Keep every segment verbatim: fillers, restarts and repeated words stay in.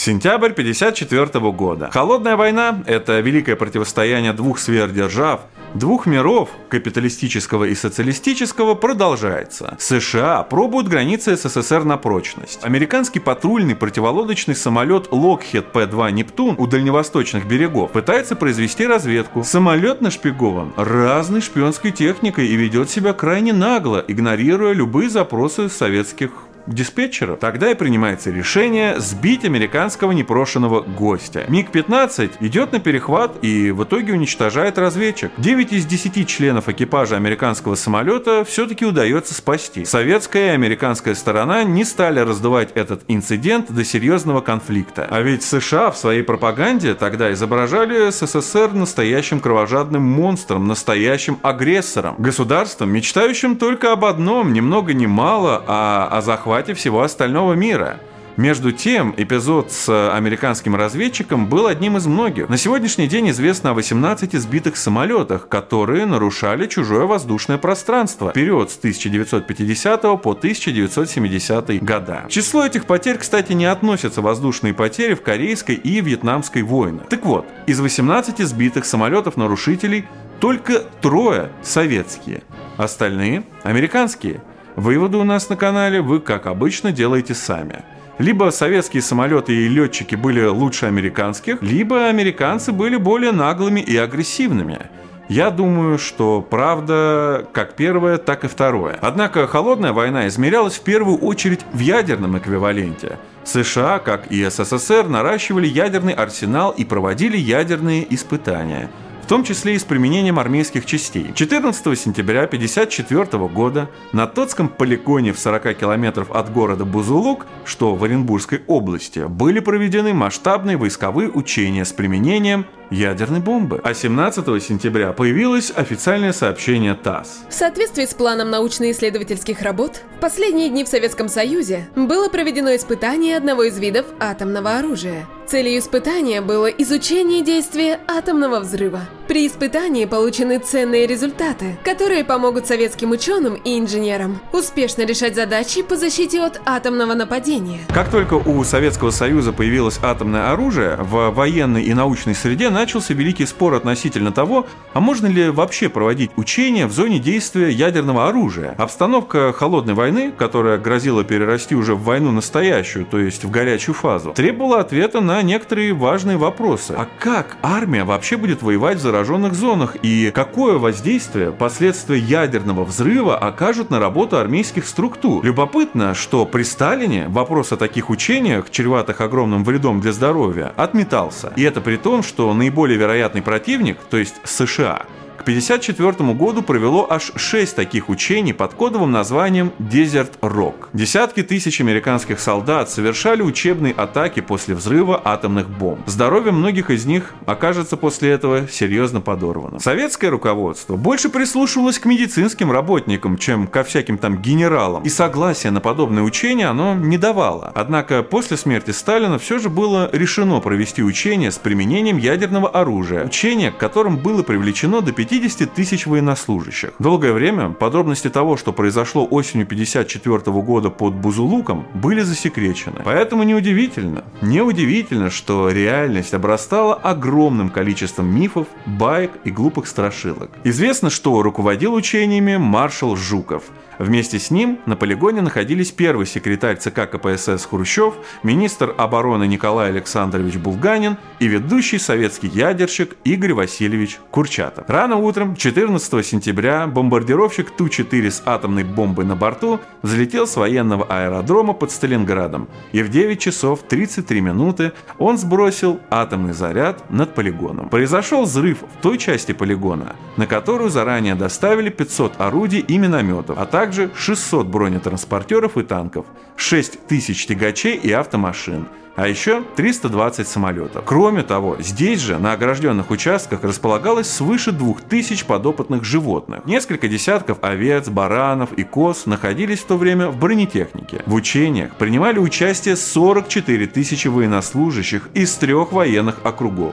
Сентябрь тысяча девятьсот пятьдесят четвёртого года. Холодная война – это великое противостояние двух сверхдержав, двух миров, капиталистического и социалистического, продолжается. США пробуют границы СССР на прочность. Американский патрульный противолодочный самолет Lockheed Пэ два «Нептун» у дальневосточных берегов пытается произвести разведку. Самолет нашпигован разной шпионской техникой и ведет себя крайне нагло, игнорируя любые запросы советских диспетчеров. Тогда и принимается решение сбить американского непрошенного гостя. миг пятнадцать идет на перехват и в итоге уничтожает разведчик. девять из десяти членов экипажа американского самолета все-таки удается спасти. Советская и американская сторона не стали раздувать этот инцидент до серьезного конфликта. А ведь США в своей пропаганде тогда изображали СССР настоящим кровожадным монстром, настоящим агрессором. Государством, мечтающим только об одном, ни много ни мало, а о захвате всего остального мира. Между тем, эпизод с американским разведчиком был одним из многих. На сегодняшний день известно о восемнадцати сбитых самолетах, которые нарушали чужое воздушное пространство в период с тысяча девятьсот пятидесятого по тысяча девятьсот семидесятый года. В число этих потерь, кстати, не относятся воздушные потери в Корейской и Вьетнамской войнах. Так вот, из восемнадцати сбитых самолетов-нарушителей только трое советские, остальные американские. Выводы у нас на канале вы, как обычно, делаете сами. Либо советские самолеты и летчики были лучше американских, либо американцы были более наглыми и агрессивными. Я думаю, что правда как первое, так и второе. Однако холодная война измерялась в первую очередь в ядерном эквиваленте. США, как и СССР, наращивали ядерный арсенал и проводили ядерные испытания, в том числе и с применением армейских частей. четырнадцатого сентября тысяча девятьсот пятьдесят четвёртого года на Тотском полигоне в сорока километрах от города Бузулук, что в Оренбургской области, были проведены масштабные войсковые учения с применением ядерной бомбы. А семнадцатого сентября появилось официальное сообщение ТАСС. В соответствии с планом научно-исследовательских работ, в последние дни в Советском Союзе было проведено испытание одного из видов атомного оружия. Целью испытания было изучение действия атомного взрыва. При испытании получены ценные результаты, которые помогут советским ученым и инженерам успешно решать задачи по защите от атомного нападения. Как только у Советского Союза появилось атомное оружие, в военной и научной среде начался великий спор относительно того, а можно ли вообще проводить учения в зоне действия ядерного оружия. Обстановка холодной войны, которая грозила перерасти уже в войну настоящую, то есть в горячую фазу, требовала ответа на некоторые важные вопросы. А как армия вообще будет воевать в зараженных зонах и какое воздействие последствия ядерного взрыва окажут на работу армейских структур? Любопытно, что при Сталине вопрос о таких учениях, чреватых огромным вредом для здоровья, отметался. И это при том, что наиболее вероятный противник, то есть США, к пятьдесят четвёртому году провело аж шесть таких учений под кодовым названием Desert Rock. Десятки тысяч американских солдат совершали учебные атаки после взрыва атомных бомб. Здоровье многих из них окажется после этого серьезно подорвано. Советское руководство больше прислушивалось к медицинским работникам, чем ко всяким там генералам, и согласия на подобные учения оно не давало. Однако после смерти Сталина все же было решено провести учения с применением ядерного оружия, учения, к которым было привлечено до пятидесяти тысяч военнослужащих. Долгое время подробности того, что произошло осенью тысяча девятьсот пятьдесят четвёртого года под Бузулуком, были засекречены. Поэтому неудивительно, неудивительно, что реальность обрастала огромным количеством мифов, баек и глупых страшилок. Известно, что руководил учениями маршал Жуков. Вместе с ним на полигоне находились первый секретарь ЦК КПСС Хрущев, министр обороны Николай Александрович Булганин и ведущий советский ядерщик Игорь Васильевич Курчатов. Рано утром четырнадцатого сентября бомбардировщик Ту четыре с атомной бомбой на борту взлетел с военного аэродрома под Сталинградом, и в девять часов тридцать три минуты он сбросил атомный заряд над полигоном. Произошел взрыв в той части полигона, на которую заранее доставили пятьсот орудий и минометов, а также также шестьсот бронетранспортеров и танков, шесть тысяч тягачей и автомашин, а еще триста двадцать самолетов. Кроме того, здесь же, на огражденных участках, располагалось свыше двух тысяч подопытных животных. Несколько десятков овец, баранов и коз находились в то время в бронетехнике. В учениях принимали участие сорок четыре тысячи военнослужащих из трех военных округов.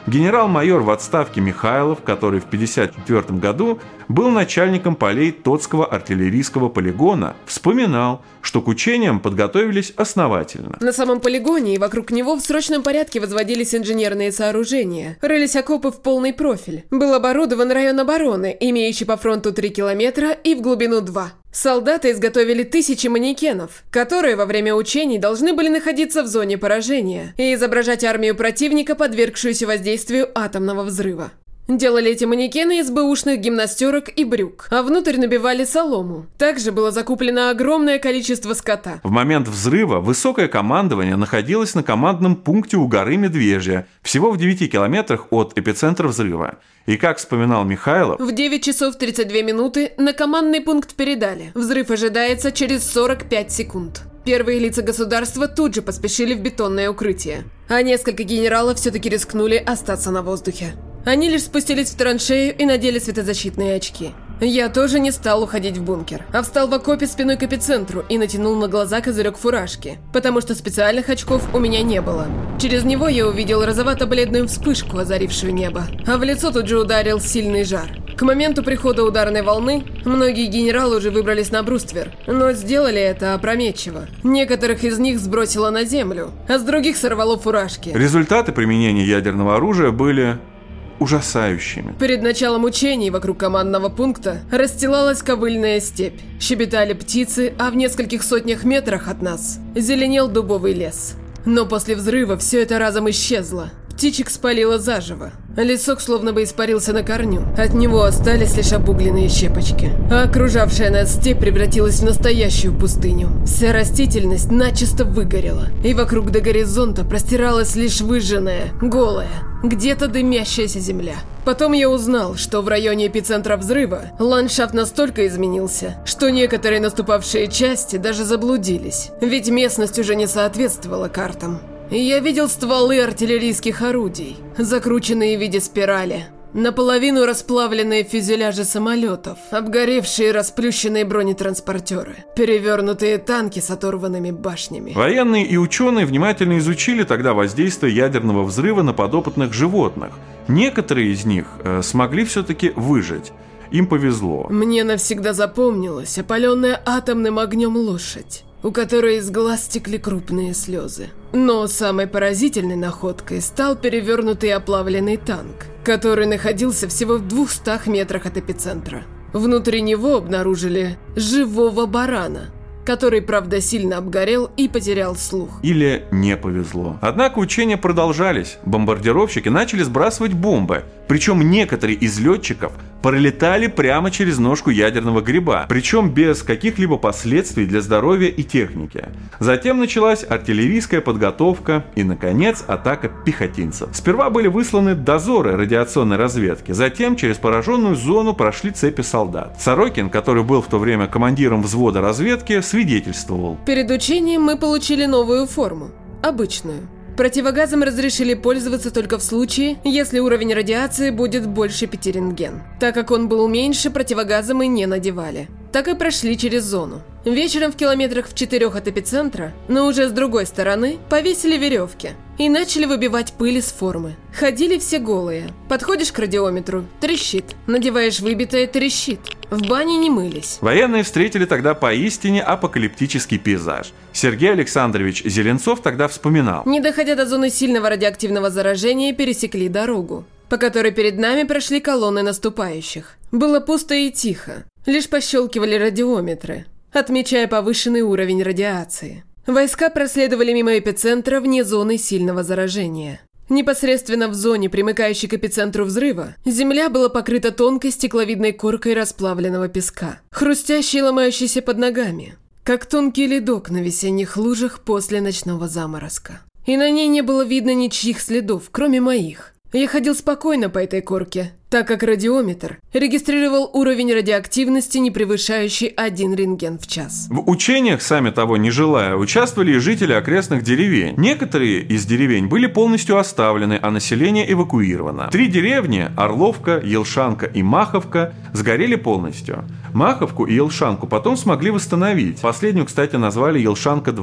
Генерал-майор в отставке Михайлов, который в пятьдесят четвёртом году был начальником полей Тотского артиллерийского полигона, вспоминал, что к учениям подготовились основательно. На самом полигоне и вокруг него в срочном порядке возводились инженерные сооружения. Рылись окопы в полный профиль. Был оборудован район обороны, имеющий по фронту три километра и в глубину два. Солдаты изготовили тысячи манекенов, которые во время учений должны были находиться в зоне поражения и изображать армию противника, подвергшуюся воздействию атомного взрыва. Делали эти манекены из бэушных гимнастерок и брюк, а внутрь набивали солому. Также было закуплено огромное количество скота. В момент взрыва высокое командование находилось на командном пункте у горы Медвежья, всего в девяти километрах от эпицентра взрыва. И как вспоминал Михайлов, в девять часов тридцать две минуты на командный пункт передали. Взрыв ожидается через сорок пять секунд. Первые лица государства тут же поспешили в бетонное укрытие. А несколько генералов все-таки рискнули остаться на воздухе. Они лишь спустились в траншею и надели светозащитные очки. Я тоже не стал уходить в бункер, а встал в окопе спиной к эпицентру и натянул на глаза козырек фуражки, потому что специальных очков у меня не было. Через него я увидел розовато-бледную вспышку, озарившую небо, а в лицо тут же ударил сильный жар. К моменту прихода ударной волны многие генералы уже выбрались на бруствер, но сделали это опрометчиво. Некоторых из них сбросило на землю, а с других сорвало фуражки. Результаты применения ядерного оружия были ужасающими. Перед началом учений вокруг командного пункта расстилалась ковыльная степь. Щебетали птицы, а в нескольких сотнях метрах от нас зеленел дубовый лес. Но после взрыва все это разом исчезло. Птичек спалило заживо. Лесок словно бы испарился на корню. От него остались лишь обугленные щепочки. А окружавшая нас степь превратилась в настоящую пустыню. Вся растительность начисто выгорела. И вокруг до горизонта простиралась лишь выжженная, голая, где-то дымящаяся земля. Потом я узнал, что в районе эпицентра взрыва ландшафт настолько изменился, что некоторые наступавшие части даже заблудились. Ведь местность уже не соответствовала картам. И я видел стволы артиллерийских орудий, закрученные в виде спирали, наполовину расплавленные фюзеляжи самолетов, обгоревшие расплющенные бронетранспортеры, перевернутые танки с оторванными башнями. Военные и ученые внимательно изучили тогда воздействие ядерного взрыва на подопытных животных. Некоторые из них э, смогли все-таки выжить. Им повезло. Мне навсегда запомнилась опаленная атомным огнем лошадь, у которой из глаз текли крупные слезы. Но самой поразительной находкой стал перевернутый оплавленный танк, который находился всего в двухстах метрах от эпицентра. Внутри него обнаружили живого барана, который, правда, сильно обгорел и потерял слух. Или не повезло. Однако учения продолжались. Бомбардировщики начали сбрасывать бомбы. Причем некоторые из летчиков пролетали прямо через ножку ядерного гриба, причем без каких-либо последствий для здоровья и техники. Затем началась артиллерийская подготовка и, наконец, атака пехотинцев. Сперва были высланы дозоры радиационной разведки, затем через пораженную зону прошли цепи солдат. Сорокин, который был в то время командиром взвода разведки, свидетельствовал: перед учением мы получили новую форму, обычную. Противогазом разрешили пользоваться только в случае, если уровень радиации будет больше пяти рентген. Так как он был меньше, противогазы мы не надевали. Так и прошли через зону. Вечером в километрах в четырех от эпицентра, но уже с другой стороны, повесили веревки и начали выбивать пыль из формы. Ходили все голые. Подходишь к радиометру – трещит. Надеваешь выбитое – трещит. В бане не мылись. Военные встретили тогда поистине апокалиптический пейзаж. Сергей Александрович Зеленцов тогда вспоминал: не доходя до зоны сильного радиоактивного заражения, пересекли дорогу, по которой перед нами прошли колонны наступающих. Было пусто и тихо. Лишь пощелкивали радиометры, отмечая повышенный уровень радиации. Войска проследовали мимо эпицентра вне зоны сильного заражения. Непосредственно в зоне, примыкающей к эпицентру взрыва, земля была покрыта тонкой стекловидной коркой расплавленного песка, хрустящей и ломающейся под ногами, как тонкий ледок на весенних лужах после ночного заморозка. И на ней не было видно ничьих следов, кроме моих. Я ходил спокойно по этой корке, так как радиометр регистрировал уровень радиоактивности, не превышающий один рентген в час. В учениях, сами того не желая, участвовали и жители окрестных деревень. Некоторые из деревень были полностью оставлены, а население эвакуировано. Три деревни – Орловка, Елшанка и Маховка – сгорели полностью. Маховку и Елшанку потом смогли восстановить. Последнюю, кстати, назвали Елшанка два.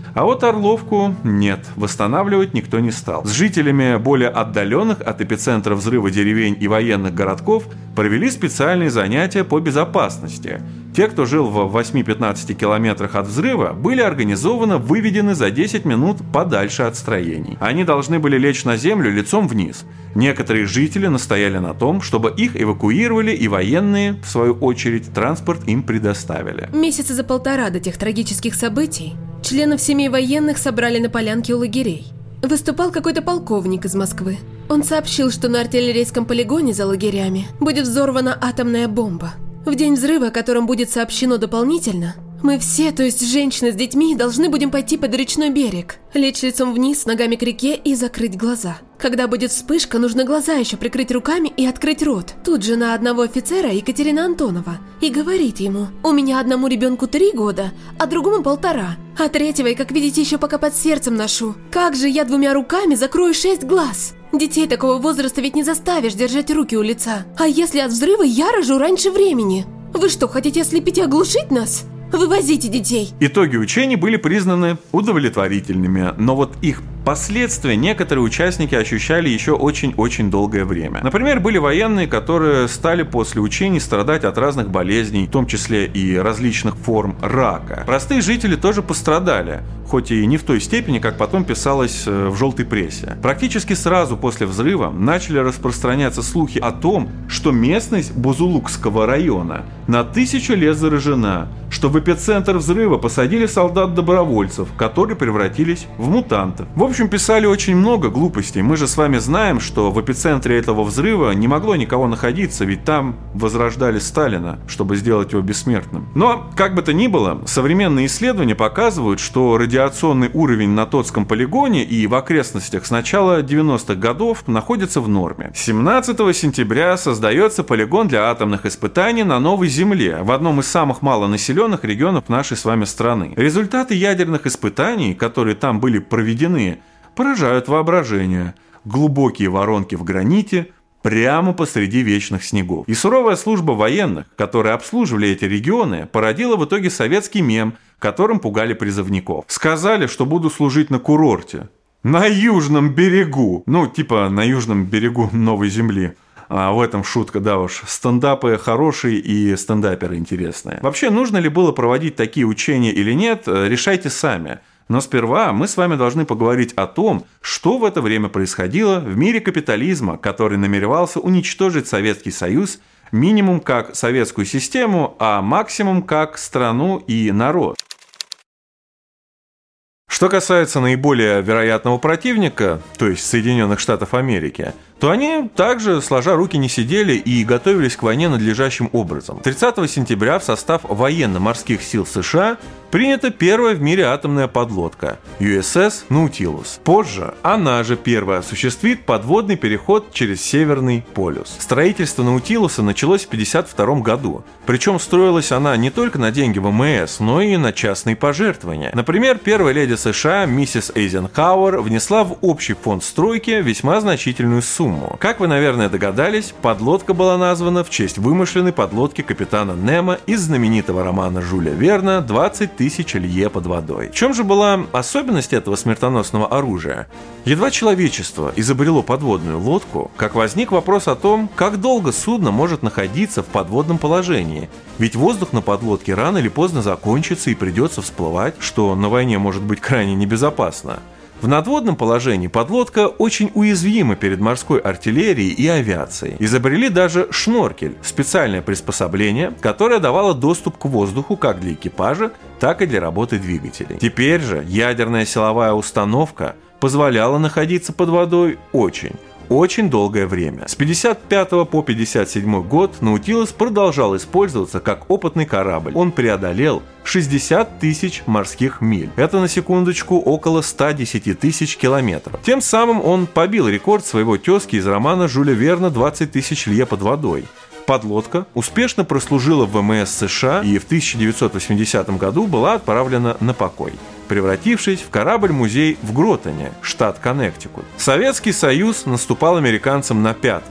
А вот Орловку нет, восстанавливать никто не стал. С жителями более отдаленных от эпицентра взрыва деревень и военных городков провели специальные занятия по безопасности. Те, кто жил в восьми-пятнадцати километрах от взрыва, были организованно выведены за десять минут подальше от строений. Они должны были лечь на землю лицом вниз. Некоторые жители настояли на том, чтобы их эвакуировали, и военные, в свою очередь, транспорт им предоставили. Месяца за полтора до тех трагических событий членов семей военных собрали на полянке у лагерей. Выступал какой-то полковник из Москвы. Он сообщил, что на артиллерийском полигоне за лагерями будет взорвана атомная бомба. В день взрыва, о котором будет сообщено дополнительно, мы все, то есть женщины с детьми, должны будем пойти под речной берег, лечь лицом вниз, ногами к реке и закрыть глаза. Когда будет вспышка, нужно глаза еще прикрыть руками и открыть рот. Тут жена одного офицера, Екатерина Антонова, и говорит ему: «У меня одному ребенку три года, а другому полтора, а третьего я, как видите, еще пока под сердцем ношу. Как же я двумя руками закрою шесть глаз? Детей такого возраста ведь не заставишь держать руки у лица. А если от взрыва я рожу раньше времени? Вы что, хотите ослепить и оглушить нас? Вывозите детей!» Итоги учений были признаны удовлетворительными, но вот их последствия некоторые участники ощущали еще очень-очень долгое время. Например, были военные, которые стали после учений страдать от разных болезней, в том числе и различных форм рака. Простые жители тоже пострадали, хоть и не в той степени, как потом писалось в желтой прессе. Практически сразу после взрыва начали распространяться слухи о том, что местность Бузулукского района на тысячу лет заражена, что в эпицентр взрыва посадили солдат-добровольцев, которые превратились в мутантов. В общем, писали очень много глупостей. Мы же с вами знаем, что в эпицентре этого взрыва не могло никого находиться, ведь там возрождали Сталина, чтобы сделать его бессмертным. Но, как бы то ни было, современные исследования показывают, что радиационный уровень на Тотском полигоне и в окрестностях с начала девяностых годов находится в норме. семнадцатого сентября создается полигон для атомных испытаний на Новой Земле, в одном из самых малонаселенных регионов нашей с вами страны. Результаты ядерных испытаний, которые там были проведены, поражают воображение. Глубокие воронки в граните прямо посреди вечных снегов. И суровая служба военных, которые обслуживали эти регионы, породила в итоге советский мем, которым пугали призывников. Сказали, что буду служить на курорте. На южном берегу. Ну, типа на южном берегу Новой Земли. А в этом шутка, да уж. Стендапы хорошие и стендаперы интересные. Вообще, нужно ли было проводить такие учения или нет, решайте сами. Но сперва мы с вами должны поговорить о том, что в это время происходило в мире капитализма, который намеревался уничтожить Советский Союз минимум как советскую систему, а максимум как страну и народ. Что касается наиболее вероятного противника, то есть Соединенных Штатов Америки, то они также, сложа руки, не сидели и готовились к войне надлежащим образом. тридцатого сентября в состав военно-морских сил США принята первая в мире атомная подлодка ю эс эс Наутилус. Позже она же первая осуществит подводный переход через Северный полюс. Строительство Наутилуса началось в пятьдесят втором году, причем строилась она не только на деньги вэ эм эс, но и на частные пожертвования. Например, первая леди США миссис Эйзенхауэр внесла в общий фонд стройки весьма значительную сумму. Как вы, наверное, догадались, подлодка была названа в честь вымышленной подлодки капитана Немо из знаменитого романа Жюля Верна «двадцать тысяч лье под водой». В чем же была особенность этого смертоносного оружия? Едва человечество изобрело подводную лодку, как возник вопрос о том, как долго судно может находиться в подводном положении. Ведь воздух на подлодке рано или поздно закончится и придется всплывать, что на войне может быть крайне небезопасно. В надводном положении подлодка очень уязвима перед морской артиллерией и авиацией. Изобрели даже шноркель, специальное приспособление, которое давало доступ к воздуху как для экипажа, так и для работы двигателей. Теперь же ядерная силовая установка позволяла находиться под водой очень, очень долгое время. С пятьдесят пятого по пятьдесят седьмой год Наутилус продолжал использоваться как опытный корабль. Он преодолел шестьдесят тысяч морских миль. Это, на секундочку, около ста десяти тысяч километров. Тем самым он побил рекорд своего тезки из романа Жюля Верна «двадцать тысяч лье под водой». Подлодка успешно прослужила в вэ эм эс США и в тысяча девятьсот восьмидесятом году была отправлена на покой, превратившись в корабль-музей в Гротоне, штат Коннектикут. Советский Союз наступал американцам на пятки.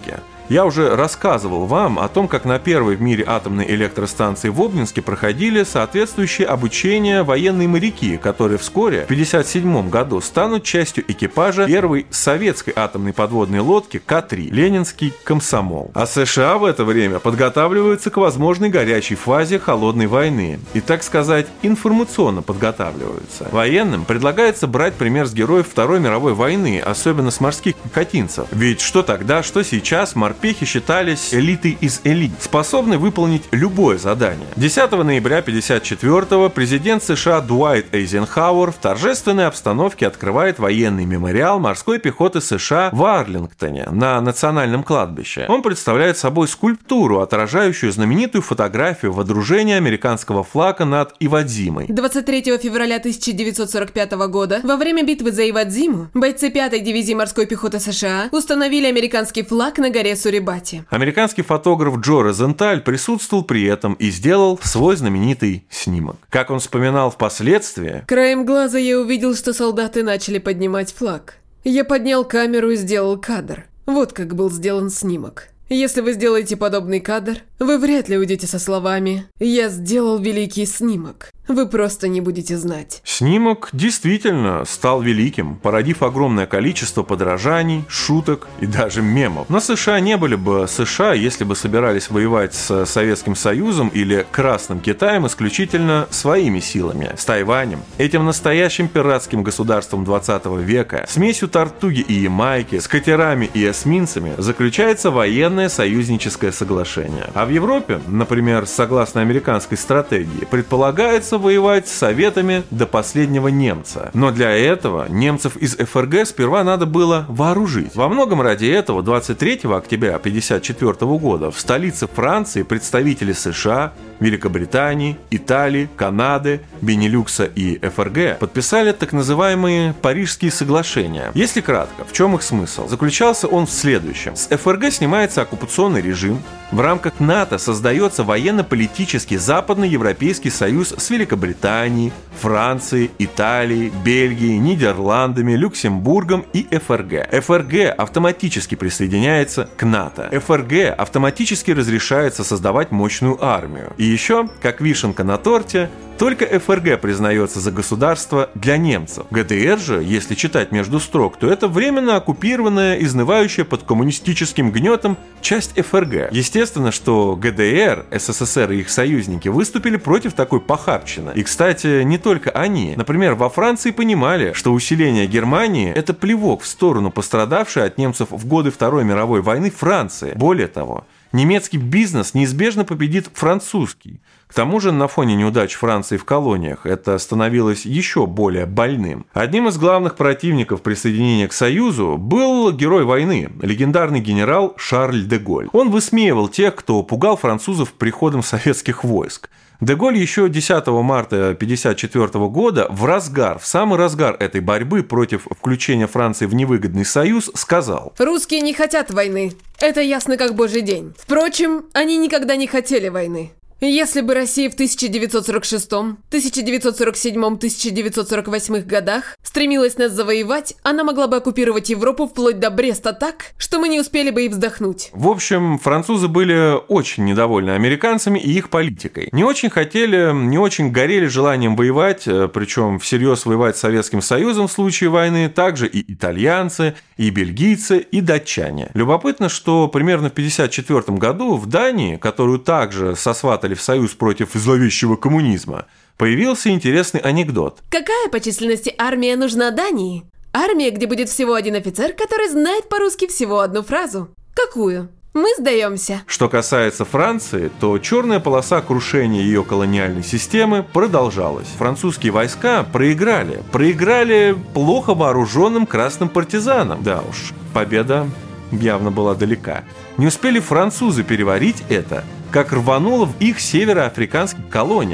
Я уже рассказывал вам о том, как на первой в мире атомной электростанции в Обнинске проходили соответствующее обучение военные моряки, которые вскоре, в тысяча девятьсот пятьдесят седьмом году, станут частью экипажа первой советской атомной подводной лодки К три «Ленинский комсомол». А США в это время подготавливаются к возможной горячей фазе холодной войны и, так сказать, информационно подготавливаются. Военным предлагается брать пример с героев Второй мировой войны, особенно с морских пехотинцев. Ведь что тогда, что сейчас морпехи считались элитой из элит, способной выполнить любое задание. десятого ноября тысяча девятьсот пятьдесят четвёртого президент США Дуайт Эйзенхауэр в торжественной обстановке открывает военный мемориал морской пехоты США в Арлингтоне на национальном кладбище. Он представляет собой скульптуру, отражающую знаменитую фотографию водружения американского флага над Ивадзимой. двадцать третьего февраля тысяча девятьсот сорок пятого года, во время битвы за Ивадзиму, бойцы пятой дивизии морской пехоты США установили американский флаг на горе Сурибати. Американский фотограф Джо Розенталь присутствовал при этом и сделал свой знаменитый снимок. Как он вспоминал впоследствии: «Краем глаза я увидел, что солдаты начали поднимать флаг. Я поднял камеру и сделал кадр. Вот как был сделан снимок. Если вы сделаете подобный кадр, вы вряд ли уйдете со словами «Я сделал великий снимок». Вы просто не будете знать». Снимок действительно стал великим, породив огромное количество подражаний, шуток и даже мемов. Но США не были бы США, если бы собирались воевать с Советским Союзом или Красным Китаем исключительно своими силами, с Тайванем, этим настоящим пиратским государством двадцатого века, смесью Тартуги и Ямайки, с катерами и эсминцами, заключается военное союзническое соглашение. А в Европе, например, согласно американской стратегии, предполагается воевать с Советами до последнего немца. Но для этого немцев из эф эр гэ сперва надо было вооружить. Во многом ради этого двадцать третьего октября тысяча девятьсот пятьдесят четвёртого года в столице Франции представители США, Великобритании, Италии, Канады, Бенилюкса и эф эр гэ подписали так называемые Парижские соглашения. Если кратко, в чем их смысл? Заключался он в следующем. С эф эр гэ снимается оккупационный режим, в рамках НАТО создается военно-политический Западноевропейский союз с Великобританией, Францией, Италией, Бельгией, Нидерландами, Люксембургом и эф эр гэ. эф эр гэ автоматически присоединяется к НАТО. эф эр гэ автоматически разрешается создавать мощную армию. И еще, как вишенка на торте, только эф эр гэ признается за государство для немцев. гэ дэ эр же, если читать между строк, то это временно оккупированная, изнывающая под коммунистическим гнетом часть эф эр гэ. Естественно, что гэ дэ эр, эс эс эс эр и их союзники выступили против такой похабщины. И, кстати, не только они. Например, во Франции понимали, что усиление Германии – это плевок в сторону пострадавшей от немцев в годы Второй мировой войны Франции. Более того, немецкий бизнес неизбежно победит французский. К тому же, на фоне неудач Франции в колониях это становилось еще более больным. Одним из главных противников присоединения к Союзу был герой войны, легендарный генерал Шарль де Голль. Он высмеивал тех, кто пугал французов приходом советских войск. Де Голль еще десятого марта тысяча девятьсот пятьдесят четвёртого года в разгар, в самый разгар этой борьбы против включения Франции в невыгодный союз сказал: «Русские не хотят войны. Это ясно как божий день. Впрочем, они никогда не хотели войны. Если бы Россия в тысяча девятьсот сорок шестом, тысяча девятьсот сорок седьмом, тысяча девятьсот сорок восьмом годах стремилась нас завоевать, она могла бы оккупировать Европу вплоть до Бреста так, что мы не успели бы и вздохнуть». В общем, французы были очень недовольны американцами и их политикой. Не очень хотели, не очень горели желанием воевать, причем всерьез воевать с Советским Союзом в случае войны, также и итальянцы, и бельгийцы, и датчане. Любопытно, что примерно в тысяча девятьсот пятьдесят четвёртом году в Дании, которую также сосватали в союз против зловещего коммунизма, появился интересный анекдот. Какая по численности армия нужна Дании? Армия, где будет всего один офицер, который знает по-русски всего одну фразу. Какую? Мы сдаемся. Что касается Франции, то черная полоса крушения ее колониальной системы продолжалась. Французские войска проиграли. Проиграли плохо вооруженным красным партизанам. Да уж, победа явно была далека. Не успели французы переварить это, как рвануло в их североафриканских колониях.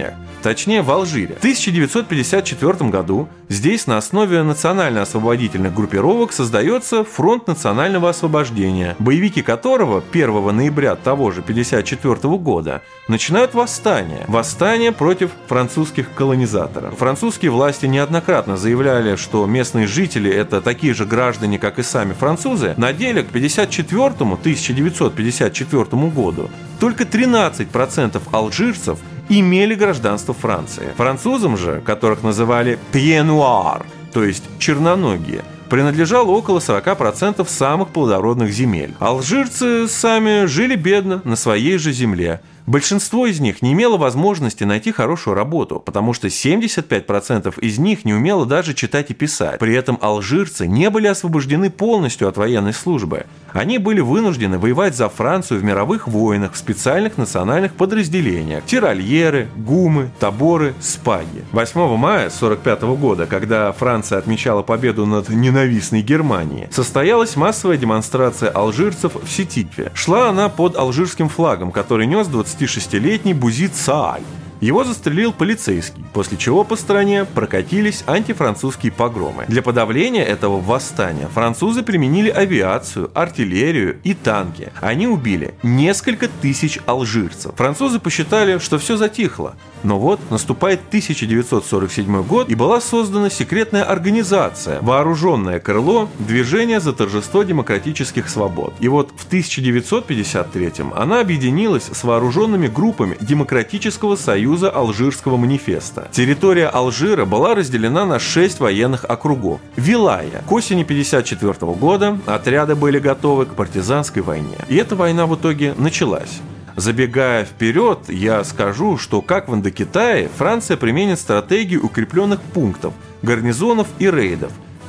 точнее в Алжире. В тысяча девятьсот пятьдесят четвёртом году здесь на основе национально-освободительных группировок создается Фронт национального освобождения, боевики которого первого ноября того же пятьдесят четвёртого года начинают восстание. Восстание против французских колонизаторов. Французские власти неоднократно заявляли, что местные жители – это такие же граждане, как и сами французы. На деле к тысяча девятьсот пятьдесят четвёртому году только тринадцать процентов алжирцев имели гражданство Франции. Французам же, которых называли «пье-нуар», то есть черноногие, принадлежало около сорок процентов самых плодородных земель. Алжирцы сами жили бедно на своей же земле. Большинство из них не имело возможности найти хорошую работу, потому что семьдесят пять процентов из них не умело даже читать и писать. При этом алжирцы не были освобождены полностью от военной службы. Они были вынуждены воевать за Францию в мировых войнах в специальных национальных подразделениях – тирольеры, гумы, таборы, спаги. восьмого мая сорок пятого года, когда Франция отмечала победу над ненавистной Германией, состоялась массовая демонстрация алжирцев в Сетифе. Шла она под алжирским флагом, который нес двадцатишестилетний Бузид Сааль. Его застрелил полицейский, после чего по стране прокатились антифранцузские погромы. Для подавления этого восстания французы применили авиацию, артиллерию и танки. Они убили несколько тысяч алжирцев. Французы посчитали, что все затихло. Но вот наступает тысяча девятьсот сорок седьмой год, и была создана секретная организация, вооруженное крыло Движения за торжество демократических свобод. И вот в тысяча девятьсот пятьдесят третьем она объединилась с вооруженными группами Демократического союза Алжирского манифеста. Территория Алжира была разделена на шесть военных округов. Вилая. К осени пятьдесят четвёртого года отряды были готовы к партизанской войне. И эта война в итоге началась. Забегая вперед, я скажу, что, как в Индокитае, Франция применит стратегию укрепленных пунктов, гарнизонов и рейдов,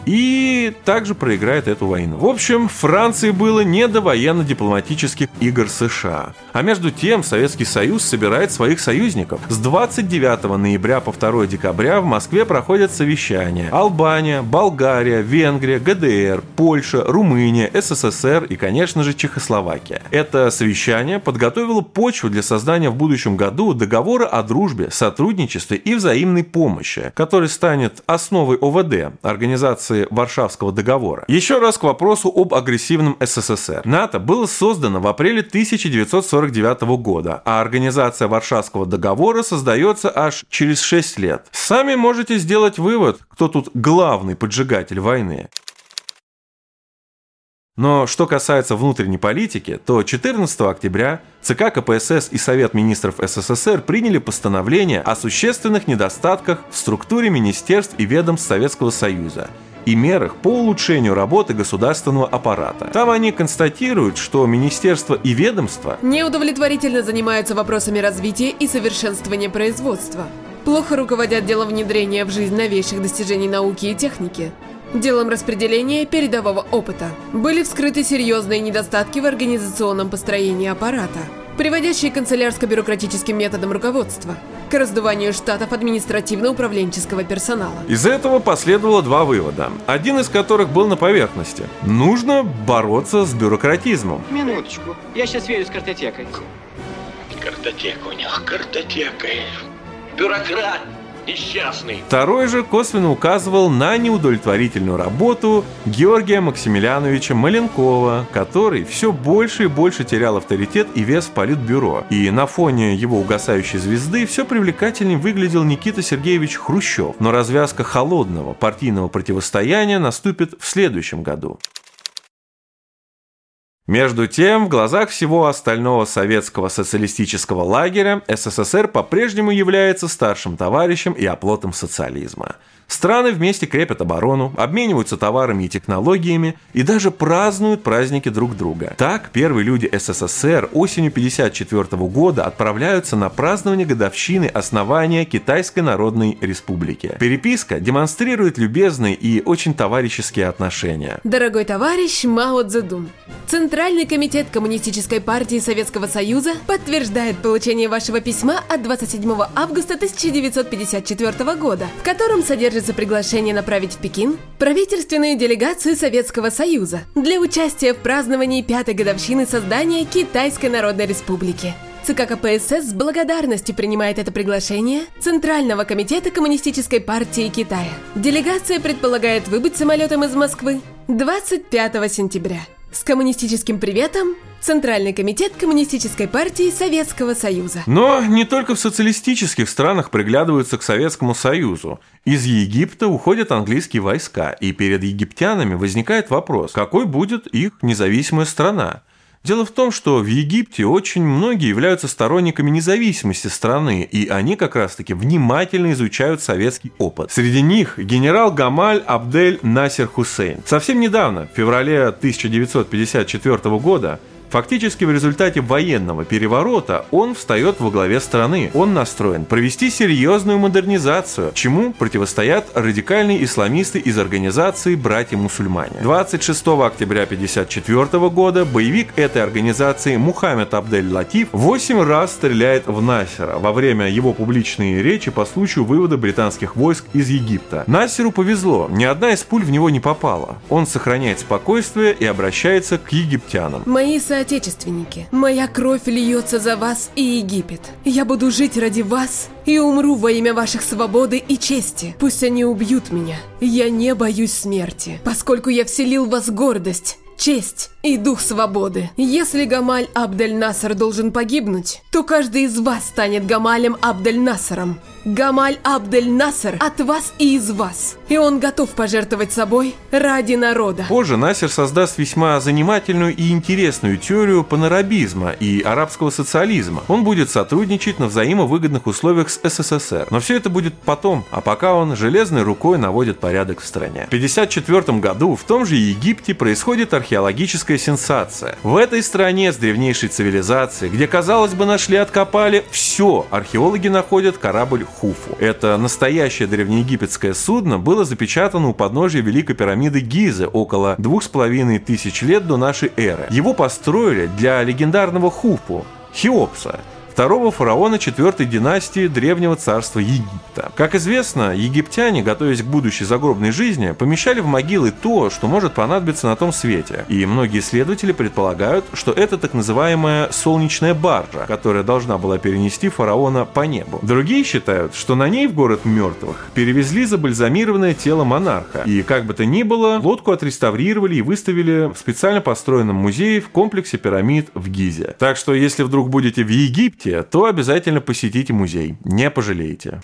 и также проиграет эту войну. В общем, Франции было не до военно-дипломатических игр США. А между тем Советский Союз собирает своих союзников. С двадцать девятого ноября по второго декабря в Москве проходят совещания. Албания, Болгария, Венгрия, ГДР, Польша, Румыния, СССР и, конечно же, Чехословакия. Это совещание подготовило почву для создания в будущем году договора о дружбе, сотрудничестве и взаимной помощи, который станет основой ОВД, организации Варшавского договора. Еще раз к вопросу об агрессивном СССР. НАТО было создано в апреле тысяча девятьсот сорок девятого года, а организация Варшавского договора создается аж через шесть лет. Сами можете сделать вывод, кто тут главный поджигатель войны. Но что касается внутренней политики, то четырнадцатого октября ЦК КПСС и Совет министров СССР приняли постановление о существенных недостатках в структуре министерств и ведомств Советского Союза и мерах по улучшению работы государственного аппарата. Там они констатируют, что министерства и ведомства неудовлетворительно занимаются вопросами развития и совершенствования производства, плохо руководят делом внедрения в жизнь новейших достижений науки и техники, делом распределения передового опыта. Были вскрыты серьезные недостатки в организационном построении аппарата, приводящие к канцелярско-бюрократическим методам руководства, к раздуванию штатов административно-управленческого персонала. Из этого последовало два вывода, один из которых был на поверхности. Нужно бороться с бюрократизмом. Минуточку, я сейчас верю с картотекой. Картотека у них, картотека. Бюрократ несчастный. Второй же косвенно указывал на неудовлетворительную работу Георгия Максимилиановича Маленкова, который все больше и больше терял авторитет и вес в Политбюро. И на фоне его угасающей звезды все привлекательнее выглядел Никита Сергеевич Хрущев. Но развязка холодного партийного противостояния наступит в следующем году. Между тем, в глазах всего остального советского социалистического лагеря СССР по-прежнему является старшим товарищем и оплотом социализма. Страны вместе крепят оборону, обмениваются товарами и технологиями и даже празднуют праздники друг друга. Так, первые люди СССР осенью пятьдесят четвёртого года отправляются на празднование годовщины основания Китайской Народной Республики. Переписка демонстрирует любезные и очень товарищеские отношения. Дорогой товарищ Мао Цзэдун, Центральный комитет Коммунистической партии Советского Союза подтверждает получение вашего письма от двадцать седьмого августа тысяча девятьсот пятьдесят четвёртого года, в котором содержится приглашение направить в Пекин правительственную делегацию Советского Союза для участия в праздновании пятой годовщины создания Китайской Народной Республики. ЦК КПСС с благодарностью принимает это приглашение Центрального комитета Коммунистической партии Китая. Делегация предполагает выбыть самолетом из Москвы двадцать пятого сентября. С коммунистическим приветом, Центральный комитет Коммунистической партии Советского Союза. Но не только в социалистических странах приглядываются к Советскому Союзу. Из Египта уходят английские войска, и перед египтянами возникает вопрос, какой будет их независимая страна. Дело в том, что в Египте очень многие являются сторонниками независимости страны, и они как раз-таки внимательно изучают советский опыт. Среди них генерал Гамаль Абдель Насер Хусейн. Совсем недавно, в феврале тысяча девятьсот пятьдесят четвёртого года, фактически в результате военного переворота он встает во главе страны. Он настроен провести серьезную модернизацию, чему противостоят радикальные исламисты из организации «Братья-мусульмане». двадцать шестого октября тысяча девятьсот пятьдесят четвёртого года боевик этой организации Мухаммед Абдель Латиф восемь раз стреляет в Насера во время его публичной речи по случаю вывода британских войск из Египта. Насеру повезло, ни одна из пуль в него не попала. Он сохраняет спокойствие и обращается к египтянам. Мои соотечественники, моя кровь льется за вас и Египет. Я буду жить ради вас и умру во имя ваших свободы и чести. Пусть они убьют меня. Я не боюсь смерти, поскольку я вселил в вас гордость, честь и дух свободы. Если Гамаль Абдель Насер должен погибнуть, то каждый из вас станет Гамалем Абдель Насером. Гамаль Абдель Насер от вас и из вас. И он готов пожертвовать собой ради народа. Позже Насер создаст весьма занимательную и интересную теорию панарабизма и арабского социализма. Он будет сотрудничать на взаимовыгодных условиях с СССР. Но все это будет потом, а пока он железной рукой наводит порядок в стране. В тысяча девятьсот пятьдесят четвёртом году в том же Египте происходит археологическая сенсация. В этой стране с древнейшей цивилизацией, где, казалось бы, нашли, откопали все, археологи находят корабль Хуфу. Это настоящее древнеегипетское судно было запечатано у подножия Великой пирамиды Гизы около двух с половиной тысяч лет до нашей эры. Его построили для легендарного Хуфу, Хеопса, второго фараона четвёртой династии древнего царства Египта. Как известно, египтяне, готовясь к будущей загробной жизни, помещали в могилы то, что может понадобиться на том свете. И многие исследователи предполагают, что это так называемая солнечная баржа, которая должна была перенести фараона по небу. Другие считают, что на ней в город мертвых перевезли забальзамированное тело монарха. И как бы то ни было, лодку отреставрировали и выставили в специально построенном музее в комплексе пирамид в Гизе. Так что, если вдруг будете в Египте, то обязательно посетите музей, не пожалеете.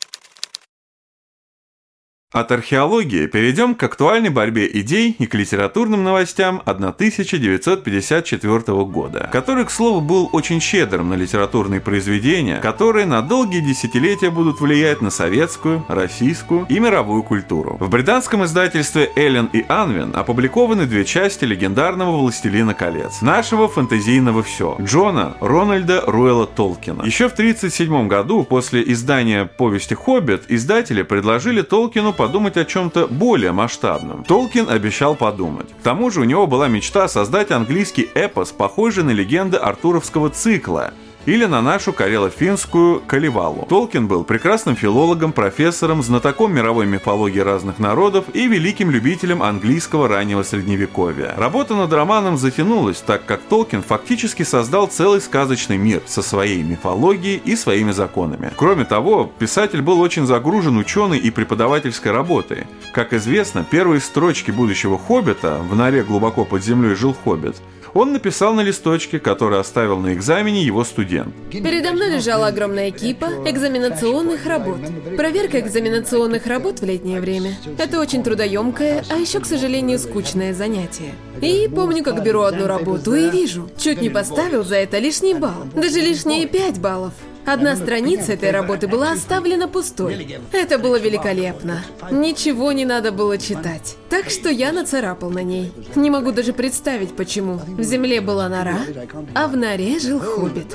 От археологии перейдем к актуальной борьбе идей и к литературным новостям тысяча девятьсот пятьдесят четвёртого года, который, к слову, был очень щедрым на литературные произведения, которые на долгие десятилетия будут влиять на советскую, российскую и мировую культуру. В британском издательстве Эллен и Анвин опубликованы две части легендарного «Властелина колец», нашего фэнтезийного все, Джона Рональда Руэлла Толкина. Еще в тысяча девятьсот тридцать седьмом году, после издания повести «Хоббит», издатели предложили Толкину подумать о чем-то более масштабном. Толкин обещал подумать. К тому же у него была мечта создать английский эпос, похожий на легенды артуровского цикла, или на нашу карело-финскую Калевалу. Толкин был прекрасным филологом, профессором, знатоком мировой мифологии разных народов и великим любителем английского раннего средневековья. Работа над романом затянулась, так как Толкин фактически создал целый сказочный мир со своей мифологией и своими законами. Кроме того, писатель был очень загружен ученой и преподавательской работой. Как известно, первые строчки будущего «Хоббита» «В норе глубоко под землей жил хоббит» он написал на листочке, который оставил на экзамене его студент. Передо мной лежала огромная кипа экзаменационных работ. Проверка экзаменационных работ в летнее время – это очень трудоемкое, а еще, к сожалению, скучное занятие. И помню, как беру одну работу и вижу, чуть не поставил за это лишний балл, даже лишние пять баллов. Одна страница этой работы была оставлена пустой. Это было великолепно. Ничего не надо было читать. Так что я нацарапал на ней. Не могу даже представить, почему. В земле была нора, а в норе жил хоббит.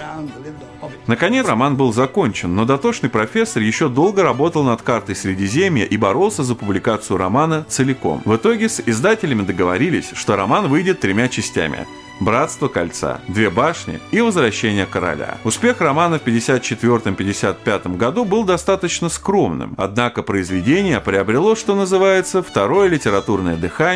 Наконец, роман был закончен, но дотошный профессор еще долго работал над картой Средиземья и боролся за публикацию романа целиком. В итоге с издателями договорились, что роман выйдет тремя частями: «Братство кольца», «Две башни» и «Возвращение короля». Успех романа в пятьдесят четвёртом — пятьдесят пятом году был достаточно скромным, однако произведение приобрело, что называется, второе литературное дыхание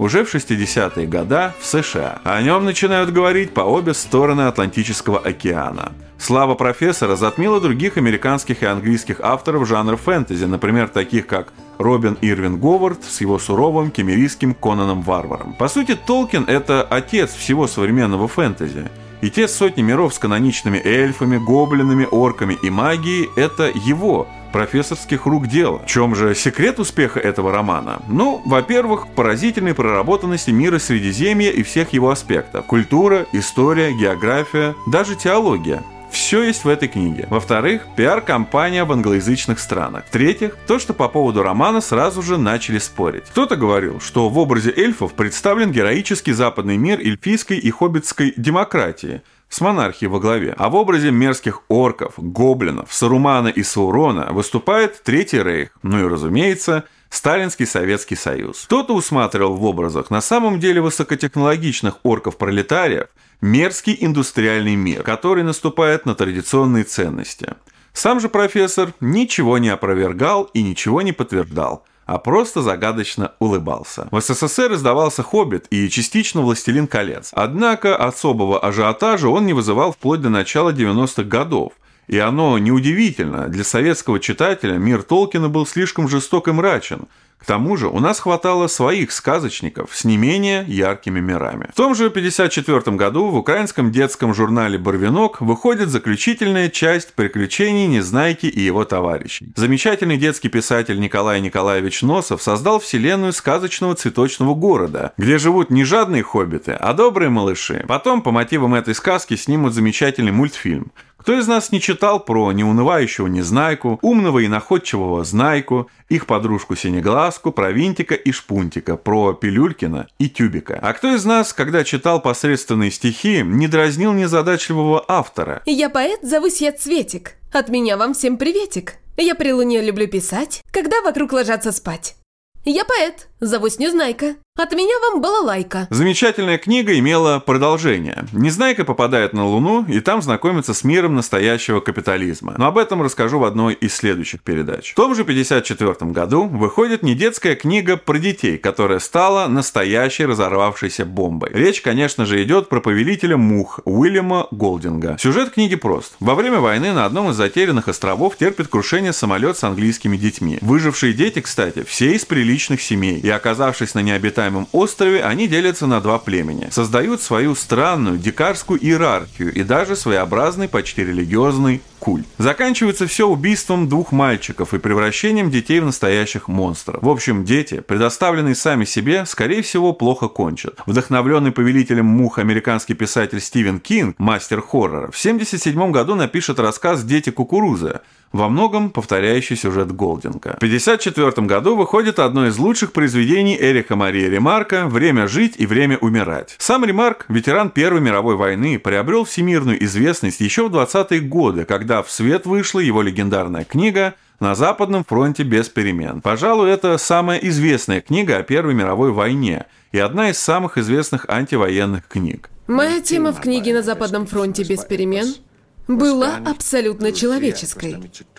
уже в шестидесятые годы в США. О нем начинают говорить по обе стороны Атлантического океана. Слава профессора затмила других американских и английских авторов жанра фэнтези, например, таких как Робин Ирвин Говард с его суровым кемерийским Конаном Варваром. По сути, Толкин — это отец всего современного фэнтези. И те сотни миров с каноничными эльфами, гоблинами, орками и магией — это его, профессорских рук дело. В чем же секрет успеха этого романа? Ну, во-первых, в поразительной проработанности мира Средиземья и всех его аспектов. Культура, история, география, даже теология. Все есть в этой книге. Во-вторых, пиар-компания в англоязычных странах. В-третьих, то, что по поводу романа сразу же начали спорить. Кто-то говорил, что в образе эльфов представлен героический западный мир эльфийской и хоббитской демократии, с монархией во главе. А в образе мерзких орков, гоблинов, Сарумана и Саурона выступает Третий Рейх. Ну и, разумеется, Сталинский Советский Союз. Кто-то усматривал в образах на самом деле высокотехнологичных орков-пролетариев мерзкий индустриальный мир, который наступает на традиционные ценности. Сам же профессор ничего не опровергал и ничего не подтверждал, а просто загадочно улыбался. В СССР издавался «Хоббит» и частично «Властелин колец». Однако особого ажиотажа он не вызывал вплоть до начала девяностых годов. И оно неудивительно, для советского читателя мир Толкина был слишком жесток и мрачен. К тому же у нас хватало своих сказочников с не менее яркими мирами. В том же пятьдесят четвёртом году в украинском детском журнале «Барвинок» выходит заключительная часть приключений Незнайки и его товарищей. Замечательный детский писатель Николай Николаевич Носов создал вселенную сказочного цветочного города, где живут не жадные хоббиты, а добрые малыши. Потом по мотивам этой сказки снимут замечательный мультфильм. Кто из нас не читал про неунывающего Незнайку, умного и находчивого Знайку, их подружку Синеглазку, про Винтика и Шпунтика, про Пилюлькина и Тюбика? А кто из нас, когда читал посредственные стихи, не дразнил незадачливого автора? Я поэт, зовусь я Цветик. От меня вам всем приветик. Я при луне люблю писать, когда вокруг ложатся спать. Я поэт, зовусь Незнайка. От меня вам балалайка. Замечательная книга имела продолжение. Незнайка попадает на Луну и там знакомится с миром настоящего капитализма. Но об этом расскажу в одной из следующих передач. В том же пятьдесят четвёртом году выходит недетская книга про детей, которая стала настоящей разорвавшейся бомбой. Речь, конечно же, идет про повелителя мух Уильяма Голдинга. Сюжет книги прост. Во время войны на одном из затерянных островов терпит крушение самолет с английскими детьми. Выжившие дети, кстати, все из приличных семей. И оказавшись на необитаемом острове, они делятся на два племени, создают свою странную дикарскую иерархию и даже своеобразный почти религиозный культ. Заканчивается все убийством двух мальчиков и превращением детей в настоящих монстров. В общем, дети, предоставленные сами себе, скорее всего, плохо кончат. Вдохновленный повелителем мух американский писатель Стивен Кинг, мастер хоррора, в семьдесят седьмом году напишет рассказ «Дети кукурузы», во многом повторяющий сюжет Голдинга. В пятьдесят четвёртом году выходит одно из лучших произведений Эриха Мария Ремарка «Время жить и время умирать». Сам Ремарк, ветеран Первой мировой войны, приобрел всемирную известность еще в двадцатые годы, когда в свет вышла его легендарная книга «На Западном фронте без перемен». Пожалуй, это самая известная книга о Первой мировой войне и одна из самых известных антивоенных книг. Моя тема в книге «На Западном фронте без перемен» была абсолютно человеческой.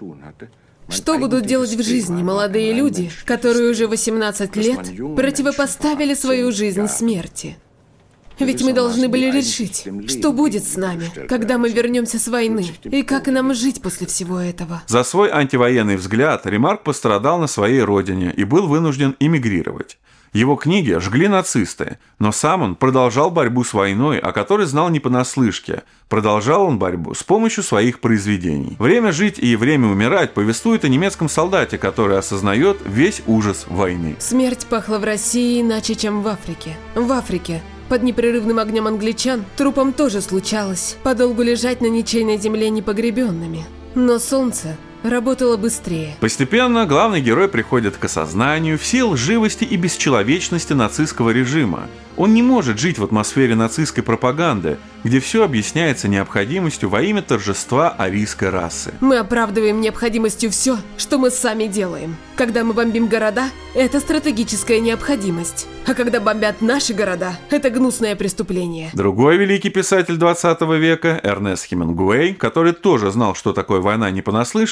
Что будут делать в жизни молодые люди, которые уже восемнадцать лет противопоставили свою жизнь смерти? Ведь мы должны были решить, что будет с нами, когда мы вернемся с войны, и как нам жить после всего этого. За свой антивоенный взгляд Ремарк пострадал на своей родине и был вынужден эмигрировать. Его книги жгли нацисты, но сам он продолжал борьбу с войной, о которой знал не понаслышке. Продолжал он борьбу с помощью своих произведений. «Время жить и время умирать» повествует о немецком солдате, который осознает весь ужас войны. Смерть пахла в России иначе, чем в Африке. В Африке под непрерывным огнем англичан трупам тоже случалось подолгу лежать на ничейной земле непогребенными. Но солнце работала быстрее. Постепенно главный герой приходит к осознанию всей лживости и бесчеловечности нацистского режима. Он не может жить в атмосфере нацистской пропаганды, где все объясняется необходимостью во имя торжества арийской расы. Мы оправдываем необходимостью все, что мы сами делаем. Когда мы бомбим города, это стратегическая необходимость. А когда бомбят наши города, это гнусное преступление. Другой великий писатель двадцатого века, Эрнест Хемингуэй, который тоже знал, что такое война не понаслышке,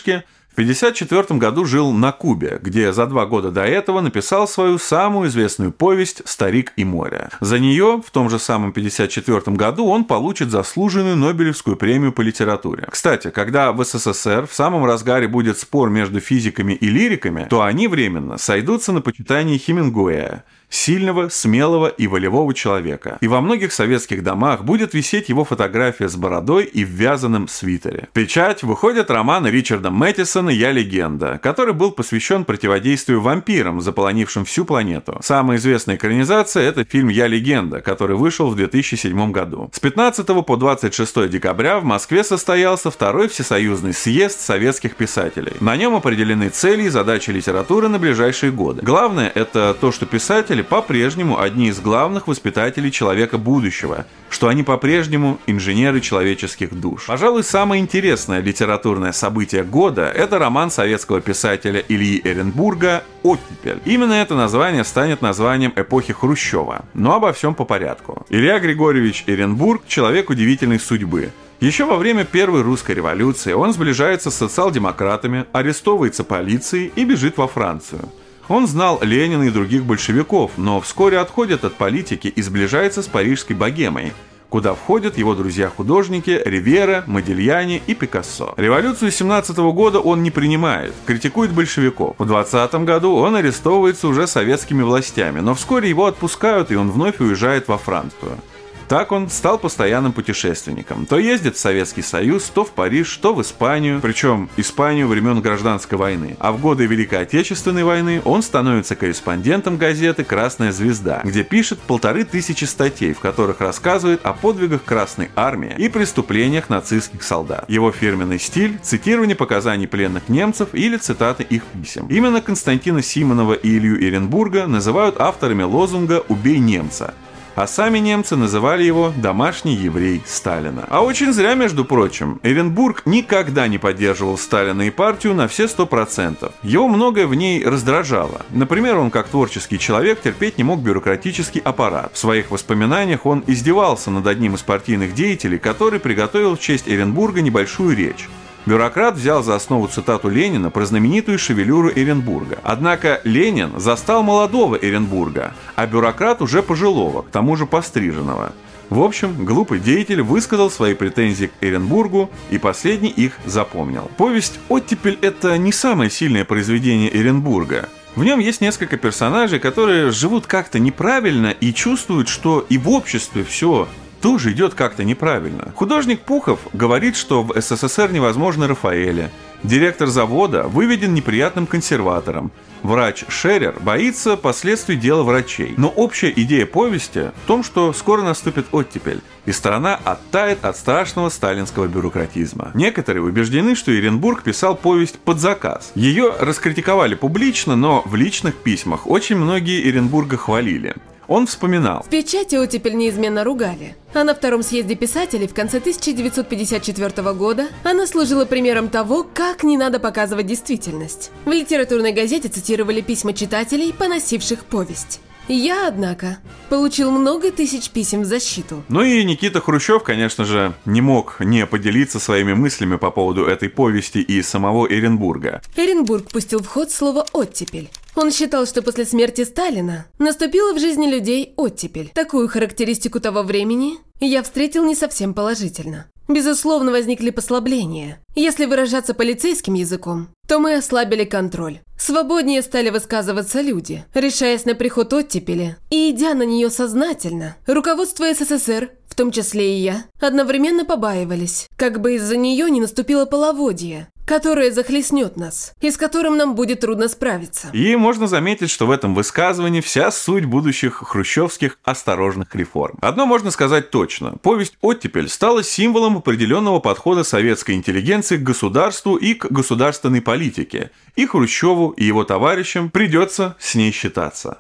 В пятьдесят четвёртом году жил на Кубе, где за два года до этого написал свою самую известную повесть «Старик и море». За нее в том же самом пятьдесят четвёртом году он получит заслуженную Нобелевскую премию по литературе. Кстати, когда в СССР в самом разгаре будет спор между физиками и лириками, то они временно сойдутся на почитании Хемингуэя, сильного, смелого и волевого человека. И во многих советских домах будет висеть его фотография с бородой и в вязаном свитере. В печать выходит роман Ричарда Мэттисона «Я легенда», который был посвящен противодействию вампирам, заполонившим всю планету. Самая известная экранизация – это фильм «Я легенда», который вышел в две тысячи седьмом году. С пятнадцатого по двадцать шестое декабря в Москве состоялся второй всесоюзный съезд советских писателей. На нем определены цели и задачи литературы на ближайшие годы. Главное – это то, что писатели по-прежнему одни из главных воспитателей человека будущего, что они по-прежнему инженеры человеческих душ. Пожалуй, самое интересное литературное событие года – это роман советского писателя Ильи Эренбурга «Оттепель». Именно это название станет названием эпохи Хрущева. Но обо всем по порядку. Илья Григорьевич Эренбург – человек удивительной судьбы. Еще во время Первой русской революции он сближается с социал-демократами, арестовывается полицией и бежит во Францию. Он знал Ленина и других большевиков, но вскоре отходит от политики и сближается с парижской богемой, куда входят его друзья-художники Ривьера, Модильяни и Пикассо. Революцию семнадцатого года он не принимает, критикует большевиков. В двадцатом году он арестовывается уже советскими властями, но вскоре его отпускают, и он вновь уезжает во Францию. Так он стал постоянным путешественником. То ездит в Советский Союз, то в Париж, то в Испанию, причем Испанию времен Гражданской войны. А в годы Великой Отечественной войны он становится корреспондентом газеты «Красная звезда», где пишет полторы тысячи статей, в которых рассказывает о подвигах Красной армии и преступлениях нацистских солдат. Его фирменный стиль – цитирование показаний пленных немцев или цитаты их писем. Именно Константина Симонова и Илью Эренбурга называют авторами лозунга «Убей немца», а сами немцы называли его «домашний еврей Сталина». А очень зря, между прочим. Эренбург никогда не поддерживал Сталина и партию на все сто процентов. Его многое в ней раздражало. Например, он как творческий человек терпеть не мог бюрократический аппарат. В своих воспоминаниях он издевался над одним из партийных деятелей, который приготовил в честь Эренбурга небольшую речь. Бюрократ взял за основу цитату Ленина про знаменитую шевелюру Эренбурга. Однако Ленин застал молодого Эренбурга, а бюрократ уже пожилого, к тому же постриженного. В общем, глупый деятель высказал свои претензии к Эренбургу, и последний их запомнил. Повесть «Оттепель» — это не самое сильное произведение Эренбурга. В нем есть несколько персонажей, которые живут как-то неправильно и чувствуют, что и в обществе все тоже идет как-то неправильно. Художник Пухов говорит, что в СССР невозможно Рафаэля. Директор завода выведен неприятным консерватором. Врач Шерер боится последствий дела врачей. Но общая идея повести в том, что скоро наступит оттепель, и страна оттает от страшного сталинского бюрократизма. Некоторые убеждены, что Эренбург писал повесть под заказ. Ее раскритиковали публично, но в личных письмах очень многие Эренбурга хвалили. Он вспоминал: «В печати оттепель неизменно ругали. А на втором съезде писателей в конце тысяча девятьсот пятьдесят четвёртого года она служила примером того, как не надо показывать действительность. В литературной газете цитировали письма читателей, поносивших повесть. Я, однако, получил много тысяч писем в защиту». Ну и Никита Хрущев, конечно же, не мог не поделиться своими мыслями по поводу этой повести и самого Эренбурга. Эренбург пустил в ход слово «оттепель». Он считал, что после смерти Сталина наступила в жизни людей оттепель. Такую характеристику того времени я встретил не совсем положительно. Безусловно, возникли послабления. Если выражаться полицейским языком, то мы ослабили контроль. Свободнее стали высказываться люди, решаясь на приход оттепели и идя на нее сознательно. Руководство СССР, в том числе и я, одновременно побаивались, как бы из-за нее не наступило половодье, которое захлестнет нас, и с которым нам будет трудно справиться. И можно заметить, что в этом высказывании вся суть будущих хрущевских осторожных реформ. Одно можно сказать точно. Повесть «Оттепель» стала символом определенного подхода советской интеллигенции к государству и к государственной политике. И Хрущеву, и его товарищам придется с ней считаться.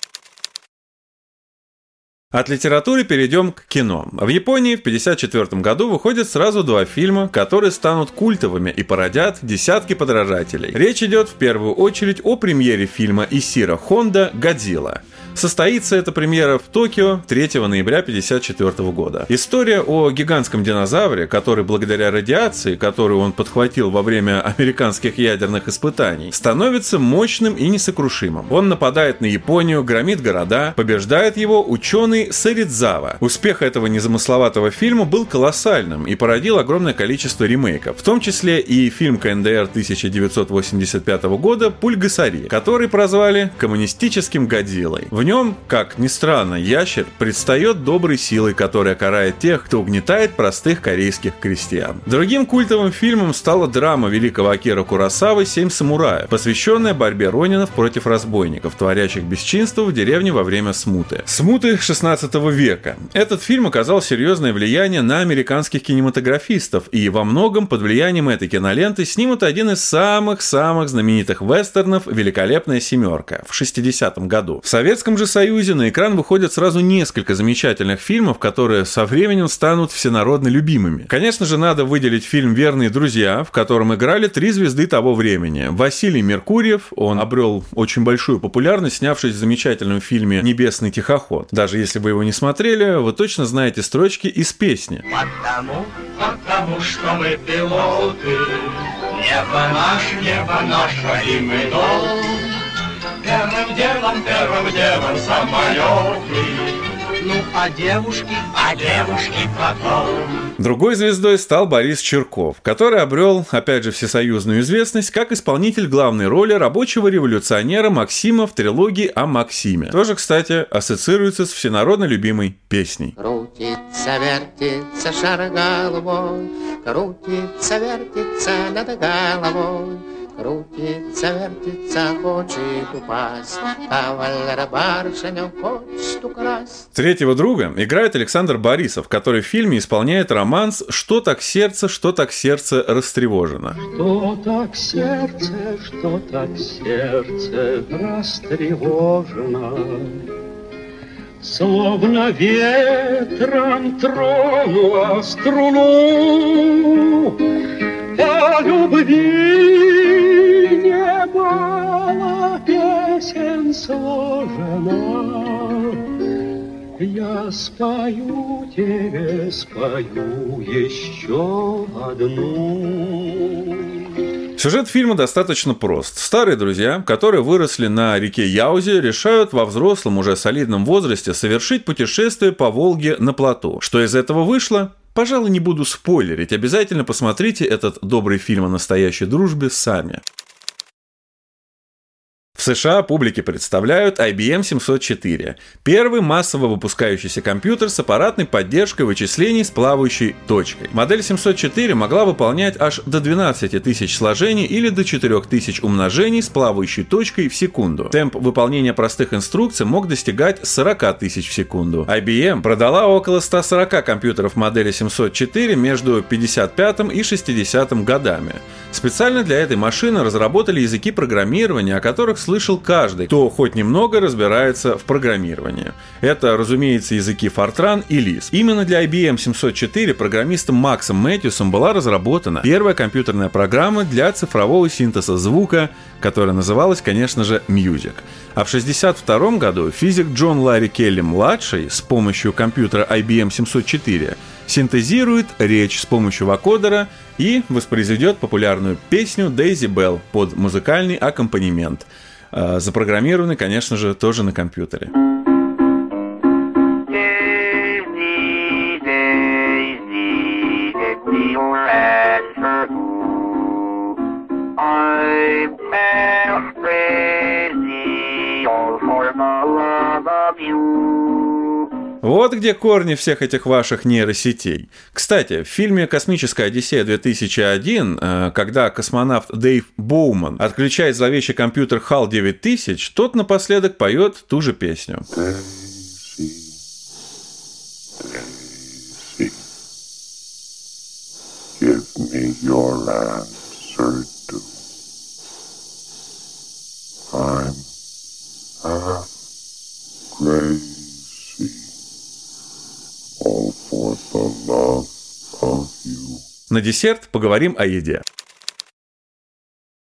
От литературы перейдем к кино. В Японии в пятьдесят четвёртом году выходят сразу два фильма, которые станут культовыми и породят десятки подражателей. Речь идет в первую очередь о премьере фильма Исиро Хонда «Годзилла». Состоится эта премьера в Токио третьего ноября тысяча девятьсот пятьдесят четвёртого года. История о гигантском динозавре, который благодаря радиации, которую он подхватил во время американских ядерных испытаний, становится мощным и несокрушимым. Он нападает на Японию, громит города, побеждает его ученый Саридзава. Успех этого незамысловатого фильма был колоссальным и породил огромное количество ремейков, в том числе и фильм ка эн дэ эр тысяча девятьсот восемьдесят пятого года «Пульгасари», который прозвали коммунистическим Годзиллой. В нем, как ни странно, ящер предстает доброй силой, которая карает тех, кто угнетает простых корейских крестьян. Другим культовым фильмом стала драма великого Акиры Куросавы «Семь самураев», посвященная борьбе ронинов против разбойников, творящих бесчинство в деревне во время смуты. Смуты шестнадцатого века. Этот фильм оказал серьезное влияние на американских кинематографистов, и во многом под влиянием этой киноленты снимут один из самых-самых знаменитых вестернов «Великолепная семерка» в шестидесятом году. В Советском же Союзе на экран выходят сразу несколько замечательных фильмов, которые со временем станут всенародно любимыми. Конечно же, надо выделить фильм «Верные друзья», в котором играли три звезды того времени. Василий Меркурьев, он обрел очень большую популярность, снявшись в замечательном фильме «Небесный тихоход». Даже если вы его не смотрели, вы точно знаете строчки из песни. Потому, потому что мы пилоты, небо наше, небо наше, и мы долг. Первым делом, первым делом самолеты. Ну, а девушки, а девушки потом. Другой звездой стал Борис Черков, который обрел, опять же, всесоюзную известность как исполнитель главной роли рабочего революционера Максима в трилогии о Максиме. Тоже, кстати, ассоциируется с всенародно любимой песней. Крутится, вертится шар головой, крутится, вертится над головой. Крутится, вертится, хочет упасть, кавалер барышню хочет украсть. Третьего друга играет Александр Борисов, который в фильме исполняет романс «Что так сердце, что так сердце растревожено». Что так сердце, что так сердце растревожено, словно ветром тронула струну, о любви немало песен сложено. Я спою тебе, спою еще одну. Сюжет фильма достаточно прост. Старые друзья, которые выросли на реке Яузе, решают во взрослом уже солидном возрасте совершить путешествие по Волге на плоту. Что из этого вышло? Пожалуй, не буду спойлерить. Обязательно посмотрите этот добрый фильм о настоящей дружбе сами. В США публике представляют ай би эм семьсот четыре – первый массово выпускающийся компьютер с аппаратной поддержкой вычислений с плавающей точкой. Модель семьсот четыре могла выполнять аж до двенадцати тысяч сложений или до четырёх тысяч умножений с плавающей точкой в секунду. Темп выполнения простых инструкций мог достигать сорок тысяч в секунду. ай би эм продала около ста сорока компьютеров модели семьсот четыре между пятьдесят пятым и шестидесятым годами. Специально для этой машины разработали языки программирования, о которых слышал каждый, кто хоть немного разбирается в программировании. Это, разумеется, языки Fortran и Lisp. Именно для ай би эм семьсот четыре программистом Максом Мэтьюсом была разработана первая компьютерная программа для цифрового синтеза звука, которая называлась, конечно же, Music. А в шестьдесят втором году физик Джон Ларри Келли-младший с помощью компьютера ай би эм семьсот четыре синтезирует речь с помощью вокодера и воспроизведет популярную песню Daisy Bell под музыкальный аккомпанемент, запрограммированный, конечно же, тоже на компьютере. Вот где корни всех этих ваших нейросетей. Кстати, в фильме «Космическая Одиссея-две тысячи один», когда космонавт Дэйв Боуман отключает зловещий компьютер хал девять тысяч, тот напоследок поет ту же песню. Give me your answer to. I'm half crazy, all for the love of you. На десерт поговорим о еде.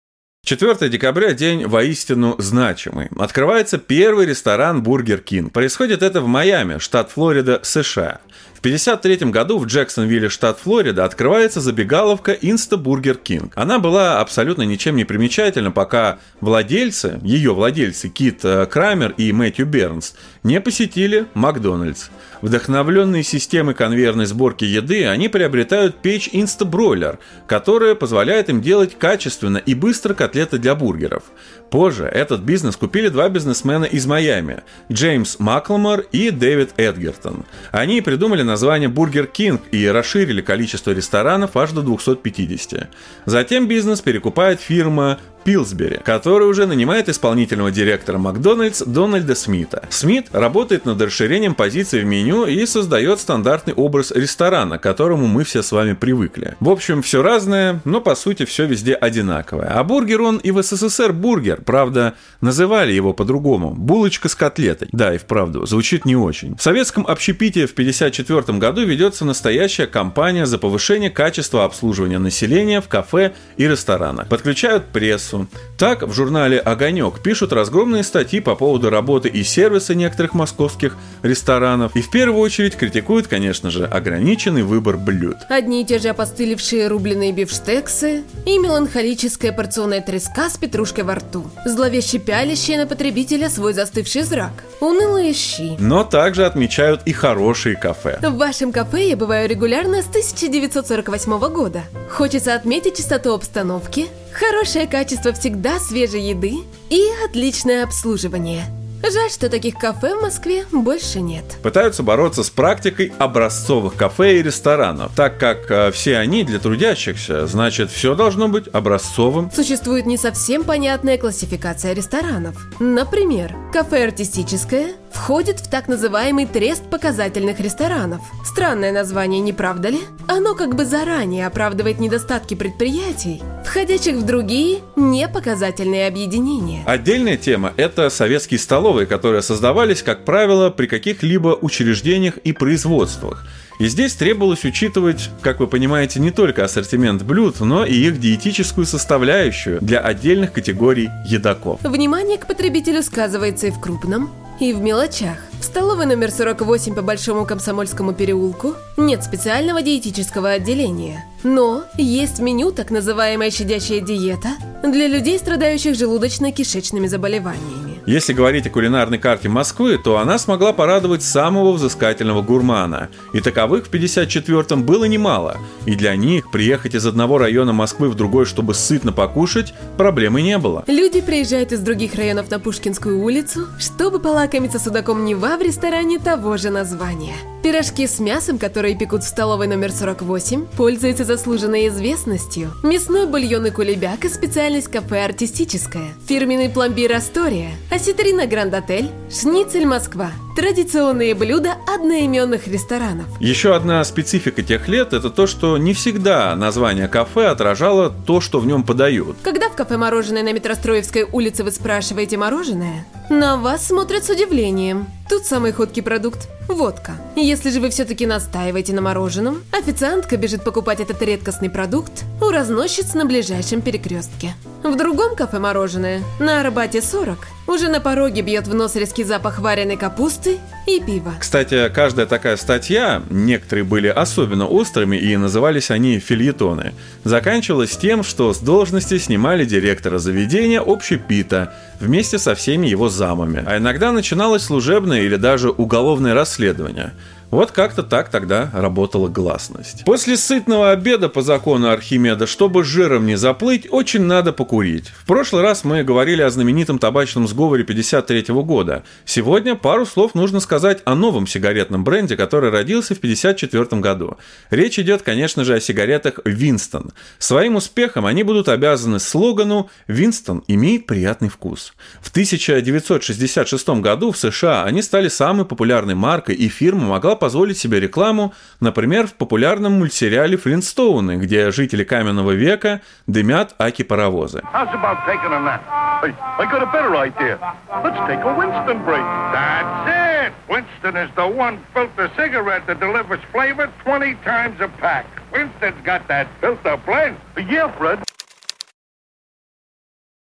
четвёртого декабря – день воистину значимый. Открывается первый ресторан Burger King. Происходит это в Майами, штат Флорида, США. В пятьдесят третьем году в Джексонвилле, штат Флорида, открывается забегаловка Insta Burger King. Она была абсолютно ничем не примечательна, пока владельцы, ее владельцы Кит Крамер и Мэтью Бернс, не посетили Макдональдс. Вдохновленные системой конвейерной сборки еды, они приобретают печь Insta Broiler, которая позволяет им делать качественно и быстро котлеты для бургеров. Позже этот бизнес купили два бизнесмена из Майами – Джеймс Макламор и Дэвид Эдгертон. Они придумали название Burger King и расширили количество ресторанов аж до двухсот пятидесяти. Затем бизнес перекупает фирма Пилсбери, который уже нанимает исполнительного директора Макдональдс Дональда Смита. Смит работает над расширением позиций в меню и создает стандартный образ ресторана, к которому мы все с вами привыкли. В общем, все разное, но по сути все везде одинаковое. А бургер он и в СССР бургер, правда, называли его по-другому – булочка с котлетой. Да, и вправду, звучит не очень. В советском общепите в пятьдесят четвёртом году ведется настоящая кампания за повышение качества обслуживания населения в кафе и ресторанах. Подключают прессу. Так, в журнале «Огонек» пишут разгромные статьи по поводу работы и сервиса некоторых московских ресторанов и в первую очередь критикуют, конечно же, ограниченный выбор блюд. Одни и те же опостылевшие рубленые бифштексы и меланхолическая порционная треска с петрушкой во рту, зловеще пялящие на потребителя свой застывший зрак, унылые щи. Но также отмечают и хорошие кафе. В вашем кафе я бываю регулярно с тысяча девятьсот сорок восьмого года. Хочется отметить чистоту обстановки, хорошее качество всегда свежей еды и отличное обслуживание. Жаль, что таких кафе в Москве больше нет. Пытаются бороться с практикой образцовых кафе и ресторанов, так как э, все они для трудящихся, значит, все должно быть образцовым. Существует не совсем понятная классификация ресторанов. Например, кафе артистическое входит в так называемый трест показательных ресторанов. Странное название, не правда ли? Оно как бы заранее оправдывает недостатки предприятий, входящих в другие непоказательные объединения. Отдельная тема – это советские столовые, которые создавались, как правило, при каких-либо учреждениях и производствах. И здесь требовалось учитывать, как вы понимаете, не только ассортимент блюд, но и их диетическую составляющую для отдельных категорий едоков. Внимание к потребителю сказывается и в крупном, и в мелочах. В столовой номер сорок восемь по Большому Комсомольскому переулку нет специального диетического отделения. Но есть в меню так называемая щадящая диета для людей, страдающих желудочно-кишечными заболеваниями. Если говорить о кулинарной карте Москвы, то она смогла порадовать самого взыскательного гурмана. И таковых в пятьдесят четвёртом было немало. И для них приехать из одного района Москвы в другой, чтобы сытно покушать, проблемы не было. Люди приезжают из других районов на Пушкинскую улицу, чтобы полакомиться судаком Нева в ресторане того же названия. Пирожки с мясом, которые пекут в столовой номер сорок восемь, пользуются заслуженной известностью. Мясной бульон и кулебяка – специальность кафе артистическая. Фирменный пломбир Астория, осетрина Гранд Отель, шницель Москва – традиционные блюда одноименных ресторанов. Еще одна специфика тех лет – это то, что не всегда название кафе отражало то, что в нем подают. Когда в кафе «Мороженое» на Метростроевской улице вы спрашиваете «мороженое?», на вас смотрят с удивлением. Тут самый ходкий продукт – водка. Если же вы все-таки настаиваете на мороженом, официантка бежит покупать этот редкостный продукт у разносчиц на ближайшем перекрестке. В другом кафе «Мороженое» на Арбате сорок уже на пороге бьет в нос резкий запах вареной капусты и пива. Кстати, каждая такая статья, некоторые были особенно острыми и назывались они фельетоны, заканчивалась тем, что с должности снимали директора заведения общепита вместе со всеми его замами. А иногда начиналось служебное или даже уголовное расследование. Вот как-то так тогда работала гласность. После сытного обеда по закону Архимеда, чтобы жиром не заплыть, очень надо покурить. В прошлый раз мы говорили о знаменитом табачном сговоре пятьдесят третьего года. Сегодня пару слов нужно сказать о новом сигаретном бренде, который родился в пятьдесят четвёртом году. Речь идет, конечно же, о сигаретах Winston. Своим успехом они будут обязаны слогану «Winston имеет приятный вкус». В тысяча девятьсот шестьдесят шестом году в США они стали самой популярной маркой, и фирма могла позволить себе рекламу, например, в популярном мультсериале «Флинстоуны», где жители каменного века дымят аки-паровозы. How's about taking a nap? Hey, I got a better idea. Let's take a Winston break. That's it! Winston is the one filter cigarette that delivers flavor twenty times a pack. Winston's got that filter blend. Yeah, Fred.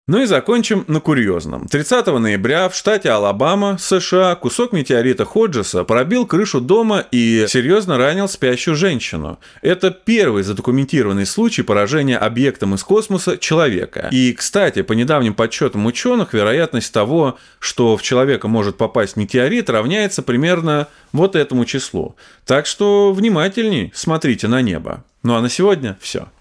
Ну и закончим на курьезном. тридцатого ноября в штате Алабама, США, кусок метеорита Ходжеса пробил крышу дома и серьезно ранил спящую женщину. Это первый задокументированный случай поражения объектом из космоса человека. И, кстати, по недавним подсчетам ученых, вероятность того, что в человека может попасть метеорит, равняется примерно вот этому числу. Так что внимательней смотрите на небо. Ну а на сегодня все.